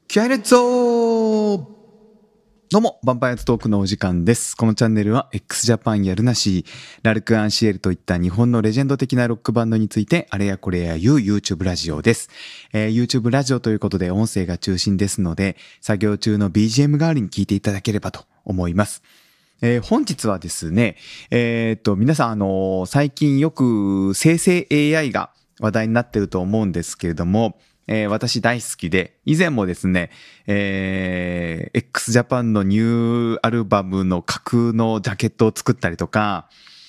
気合い入れっぞどうも、ヴァンパイアーズトークのお時間です。このチャンネルは x ジャパンやルナシー、ラルク・アンシエルといった日本のレジェンド的なロックバンドについてあれやこれや言う YouTube ラジオです。YouTube ラジオということで音声が中心ですので、作業中の BGM 代わりに聞いていただければと思います。本日はですね、皆さん最近よく生成 AI が話題になっていると思うんですけれども、私大好きで、以前もですね、x ジャパンのニューアルバムの架空のジャケットを作ったりとか、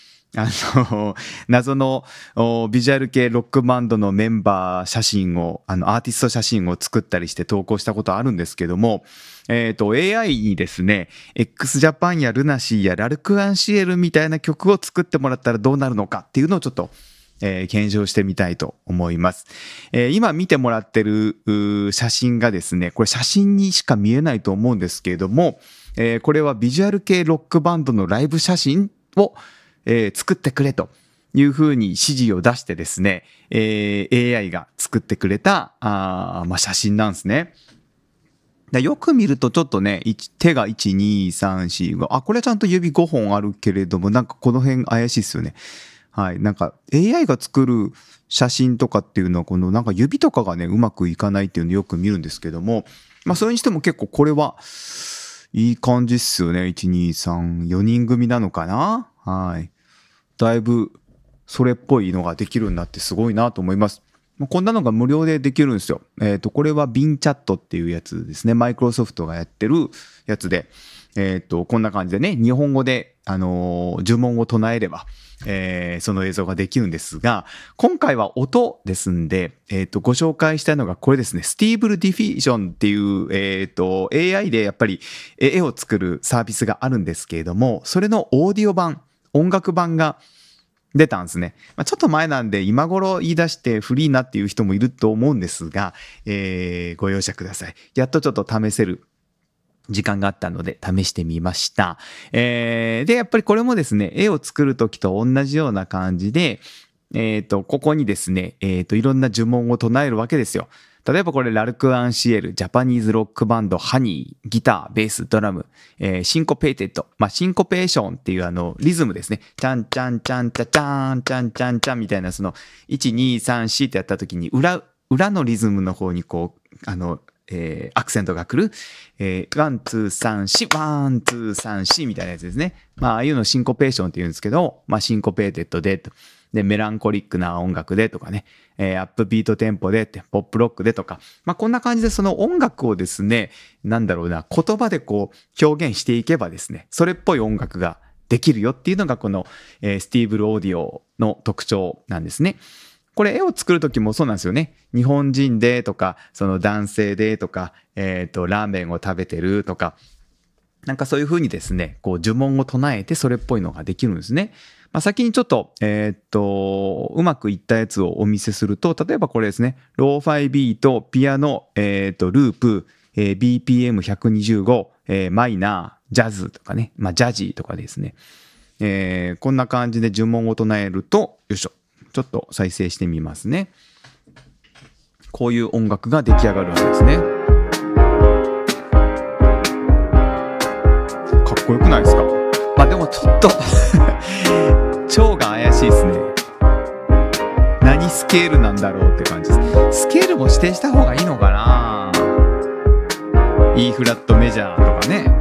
謎のビジュアル系ロックバンドのメンバー写真を、アーティスト写真を作ったりして投稿したことあるんですけども、AI にですね、x ジャパンやルナシーやラルク・アンシエルみたいな曲を作ってもらったらどうなるのかっていうのをちょっと検証してみたいと思います。今見てもらってる写真がですね、これ写真にしか見えないと思うんですけれども、これはビジュアル系ロックバンドのライブ写真を、作ってくれというふうに指示を出してですね、AI が作ってくれた写真なんですね。よく見るとちょっとね、手が1、2、3、4、5、これはちゃんと指5本あるけれども、なんかこの辺怪しいですよね。はい。なんか AI が作る写真とかっていうのはこのなんか指とかがね、うまくいかないっていうのをよく見るんですけども、それにしても結構これはいい感じっすよね。1、2、3、4人組なのかな？はい。だいぶそれっぽいのができるようになってすごいなと思います。こんなのが無料でできるんですよ。これはビンチャットっていうやつですね。マイクロソフトがやってるやつで、こんな感じでね、日本語で、呪文を唱えれば、その映像ができるんですが、今回は音ですんで、ご紹介したいのがこれですね。スティーブルディフュージョンっていう、AI でやっぱり絵を作るサービスがあるんですけれども、それのオーディオ版、音楽版が出たんですね。ちょっと前なんで今頃言い出してフリーなっていう人もいると思うんですが、ご容赦ください。やっとちょっと試せる時間があったので試してみました。で、やっぱりこれもですね、絵を作るときと同じような感じで、ここにですね、いろんな呪文を唱えるわけですよ。例えばこれラルク・アンシエル、ジャパニーズロックバンド、ハニー、ギター、ベース、ドラム、シンコペイテッド。シンコペーションっていうリズムですね。チャンチャンチャンチャチャンチャンチャンチャンみたいなその1、2、3、4ってやった時に裏のリズムの方にこう、アクセントが来る、ワン、ツー、サン、シ、ワン、ツー、サン、シみたいなやつですね。ああいうのシンコペーションって言うんですけど、シンコペーテッドでと。で、メランコリックな音楽でとかね、アップビートテンポでって、ポップロックでとか、こんな感じでその音楽をですね、言葉でこう表現していけばですね、それっぽい音楽ができるよっていうのがこの、スティーブルオーディオの特徴なんですね。これ絵を作るときもそうなんですよね。日本人でとか、その男性でとか、ラーメンを食べてるとか、なんかそういうふうにですね、こう呪文を唱えてそれっぽいのができるんですね。先にちょっと、うまくいったやつをお見せすると、例えばこれですね、ローファイビート、ピアノ、ループ、BPM125、マイナー、ジャズとかね、ジャジーとかですね、こんな感じで呪文を唱えると、よいしょ、ちょっと再生してみますね。こういう音楽が出来上がるわけですね。かっこよくないですか？でもちょっと超が怪しいですね。何スケールなんだろうって感じです。スケールも指定した方がいいのかな？ E フラットメジャーとかね。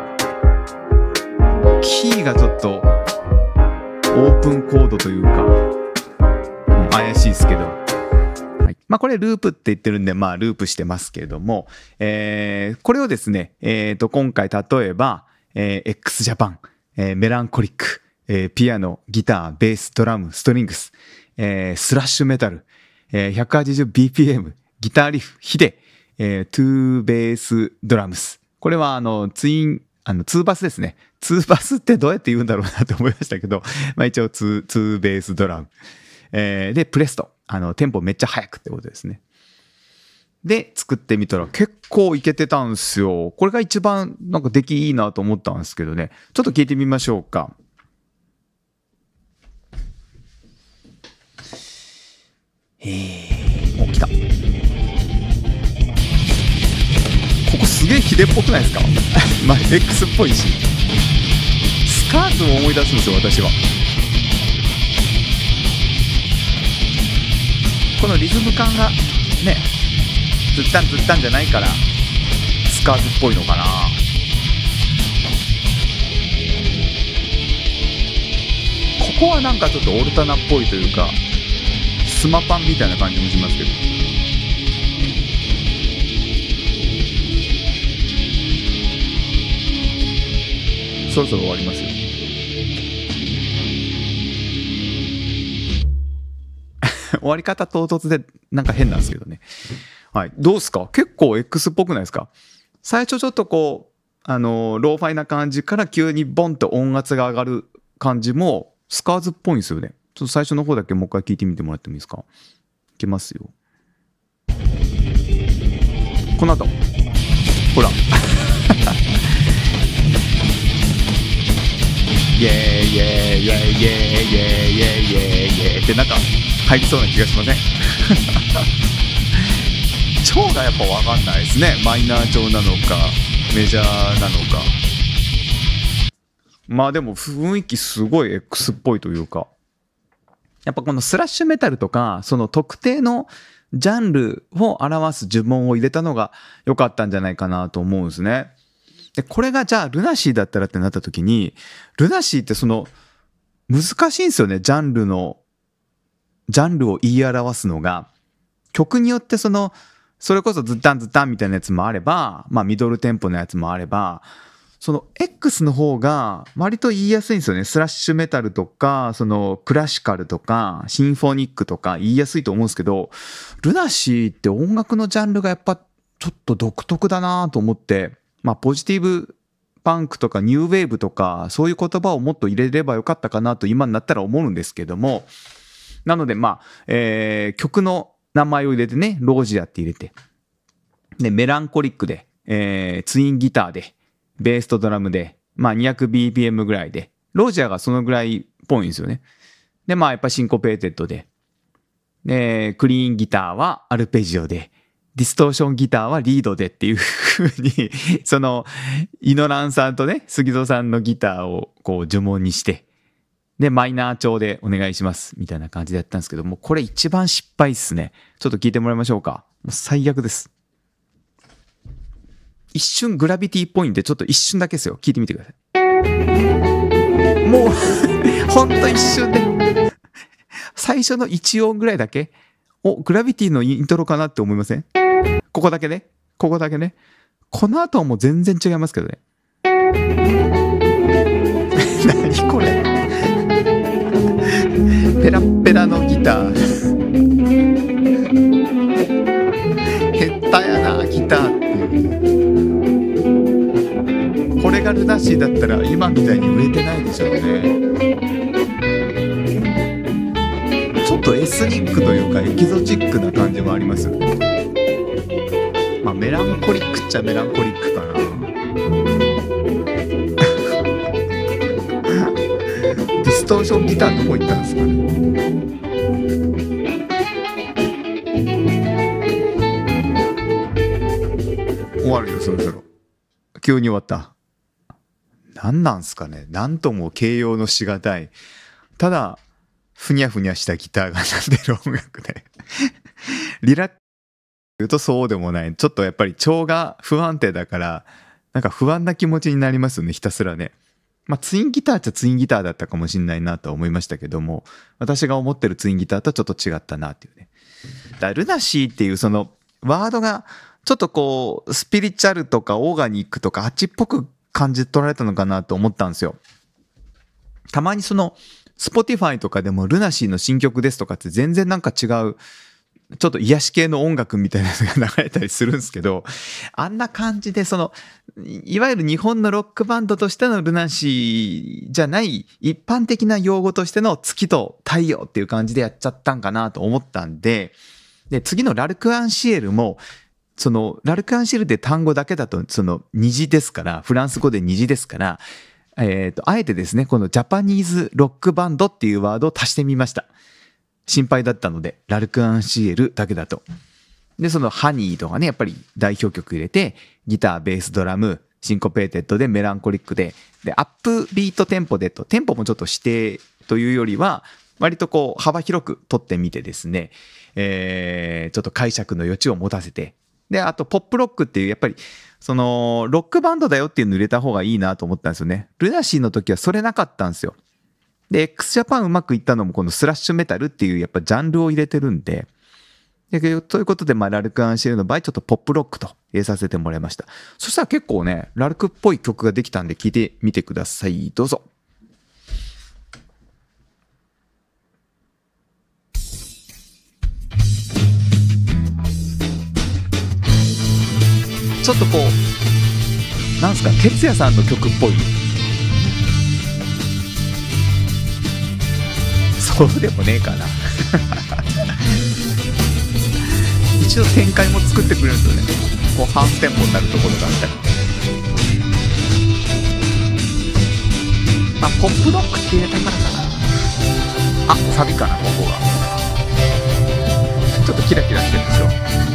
キーがちょっとオープンコードというか、怪しいですけど。はい、これループって言ってるんで、ループしてますけれども、これをですね、今回例えば、x ジャパン、メランコリック、ピアノ、ギター、ベース、ドラム、ストリングス、スラッシュメタル、180bpm、ギターリフ、ヒデ、トゥーベースドラムス。これはツーバスですね。ツーバスってどうやって言うんだろうなと思いましたけど、一応ツーベースドラム。で、プレスト。テンポめっちゃ速くってことですね。で、作ってみたら結構いけてたんですよ。これが一番なんか出来いいなと思ったんですけどね。ちょっと聞いてみましょうか。来た。 げえヒデっぽくないですかまあ X っぽいし、スカーズを思い出すんですよ私は。このリズム感がね、ずったんずったんじゃないからスカーズっぽいのかな。ここはなんかちょっとオルタナっぽいというかスマパンみたいな感じもしますけど、そろそろ終わりますよ終わり方唐突でなんか変なんですけどね。はい、どうですか？結構 X っぽくないですか？最初ちょっとこうローファイな感じから急にボンと音圧が上がる感じもスカーズっぽいんですよね。ちょっと最初の方だけもう一回聞いてみてもらってもいいですか？いきますよ。この後ほらイエーイイエーイイエーイイエーイイエーイイエーイイエーイってなんか入りそうな気がしません調がやっぱ分かんないですね。マイナー調なのかメジャーなのか。まあでも雰囲気すごい X っぽいというか、やっぱこのスラッシュメタルとかその特定のジャンルを表す呪文を入れたのが良かったんじゃないかなと思うんですね。でこれがじゃあルナシーだったらってなった時に、ルナシーってその難しいんですよね。ジャンルを言い表すのが曲によってそれこそズッタンズッタンみたいなやつもあれば、まあミドルテンポのやつもあれば、その X の方が割と言いやすいんですよね。スラッシュメタルとかそのクラシカルとかシンフォニックとか言いやすいと思うんですけど、ルナシーって音楽のジャンルがやっぱちょっと独特だなと思って、まあポジティブパンクとかニューウェーブとかそういう言葉をもっと入れればよかったかなと今になったら思うんですけども、なのでまあ、曲の名前を入れてね、ロージアって入れて、でメランコリックで、ツインギターでベースとドラムで、まあ 200bpm ぐらいで、ロージアがそのぐらいっぽいんですよね。でまあやっぱシンコペーテッドで、クリーンギターはアルペジオで、ディストーションギターはリードでっていう風にそのイノランさんとね杉戸さんのギターをこう呪文にして、でマイナー調でお願いしますみたいな感じでやったんですけども、これ一番失敗っすね。ちょっと聞いてもらいましょうか。もう最悪です。一瞬グラビティっぽいんでちょっと一瞬だけですよ。聞いてみてください。もうほんと一瞬で最初の1音ぐらいだけ、グラビティのイントロかなって思いません？ここだけね。ここだけね。この後はもう全然違いますけどね。何これ。ペラッペラのギター。下手やな、ギターっていう。これがルナシーだったら今みたいに売れてないでしょうね。ちょっとエスニックというかエキゾチックな感じもありますよね。まあメランコリックっちゃメランコリックかな。ディストーションギターどこ行ったんですかね。終わるよそろそろ。急に終わった。何なんすかね。なんとも形容のしがたい、ただふにゃふにゃしたギターが鳴ってる音楽でリラックス言うとそうでもない。ちょっとやっぱり調が不安定だからなんか不安な気持ちになりますよね、ひたすらね。まあツインギターっちゃツインギターだったかもしれないなとは思いましたけども、私が思ってるツインギターとはちょっと違ったなっていうね。だからルナシーっていうそのワードがちょっとこうスピリチュアルとかオーガニックとかあっちっぽく感じ取られたのかなと思ったんですよ。たまにそのSpotify とかでもルナシーの新曲ですとかって全然なんか違うちょっと癒し系の音楽みたいなやつが流れたりするんですけど、あんな感じでそのいわゆる日本のロックバンドとしてのルナシーじゃない一般的な用語としての月と太陽っていう感じでやっちゃったんかなと思ったんで、次のラルクアンシエルもそのラルクアンシエルって単語だけだとその虹ですから、フランス語で虹ですから、あえてですねこのジャパニーズロックバンドっていうワードを足してみました。心配だったのでラルクアンシエルだけだと。 で、そのハニーとかね、やっぱり代表曲入れて、ギター、ベース、ドラム、シンコペーテッドでメランコリックで、で、アップビートテンポでと、テンポもちょっと指定というよりは、割とこう幅広く取ってみてですね、ちょっと解釈の余地を持たせて、で、あとポップロックっていうやっぱりそのロックバンドだよっていうの入れた方がいいなと思ったんですよね。ルナシーの時はそれなかったんですよ。で、x ジャパンうまくいったのもこのスラッシュメタルっていうやっぱジャンルを入れてるんで、ということで、ラルク・アンシエルの場合ちょっとポップロックと入れさせてもらいました。そしたら結構ね、ラルクっぽい曲ができたんで聞いてみてください。どうぞ。ちょっとこうなんすか、哲也さんの曲っぽい。そうでもねえかな一応展開も作ってくれるんですよね。こうハーフテンポになるところがあったり、ポップロックって入れたからかな。サビかな、ここがちょっとキラキラしてるでしょ。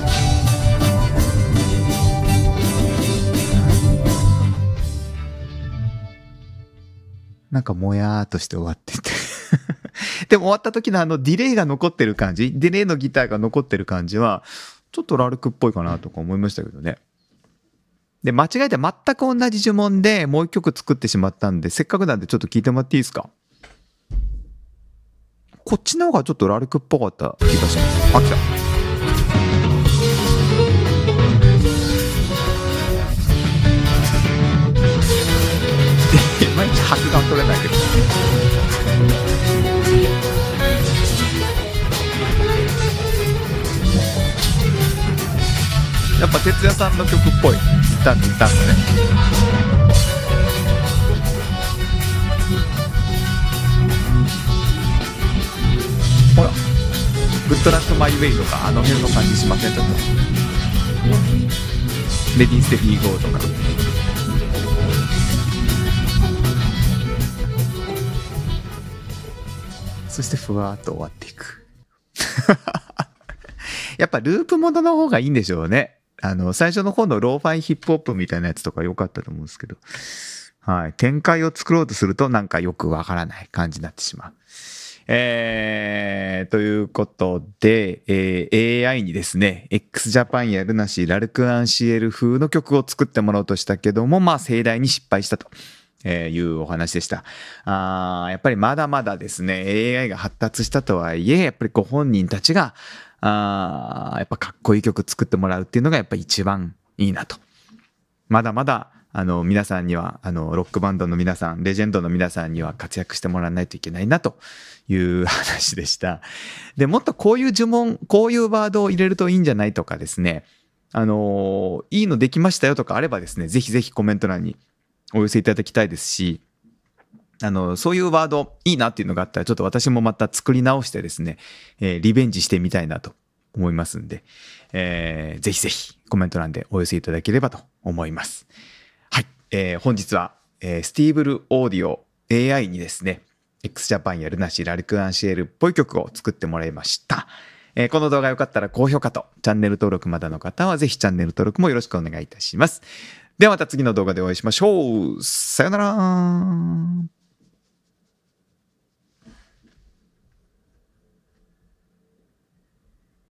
なんかもやーっとして終わっててでも終わった時のディレイが残ってる感じ、ディレイのギターが残ってる感じはちょっとラルクっぽいかなとか思いましたけどね。で、間違えて全く同じ呪文でもう一曲作ってしまったんで、せっかくなんでちょっと聞いてもらっていいですか。こっちの方がちょっとラルクっぽかった気がします。来た。毎日拍が取れないけどやっぱ哲也さんの曲っぽいダンスね。ほら、グッドラックマイウェイとか辺の感じしません？ちょっとレディーステフィーゴーとか。そしてふわーっと終わっていくやっぱループモードの方がいいんでしょうね。最初の方のローファイヒップホップみたいなやつとか良かったと思うんですけど、はい、展開を作ろうとするとなんかよくわからない感じになってしまう。ということで、AI にですね、x ジャパンやルナシー、ラルク・アンシエル風の曲を作ってもらおうとしたけども、盛大に失敗したと。いうお話でした。やっぱりまだまだですね、AI が発達したとはいえ、やっぱりご本人たちが、やっぱかっこいい曲作ってもらうっていうのがやっぱ一番いいなと。まだまだ、皆さんには、ロックバンドの皆さん、レジェンドの皆さんには活躍してもらわないといけないなという話でした。で、もっとこういう呪文、こういうワードを入れるといいんじゃないとかですね、いいのできましたよとかあればですね、ぜひぜひコメント欄にお寄せいただきたいですし、そういうワードいいなっていうのがあったらちょっと私もまた作り直してですね、リベンジしてみたいなと思いますんで、ぜひぜひコメント欄でお寄せいただければと思います。はい、本日は、スティーブルオーディオ AI にですね、x ジャパンやルナシー、ラルク・アンシエルっぽい曲を作ってもらいました。この動画良かったら高評価とチャンネル登録まだの方はぜひチャンネル登録もよろしくお願いいたします。ではまた次の動画でお会いしましょう。さよなら。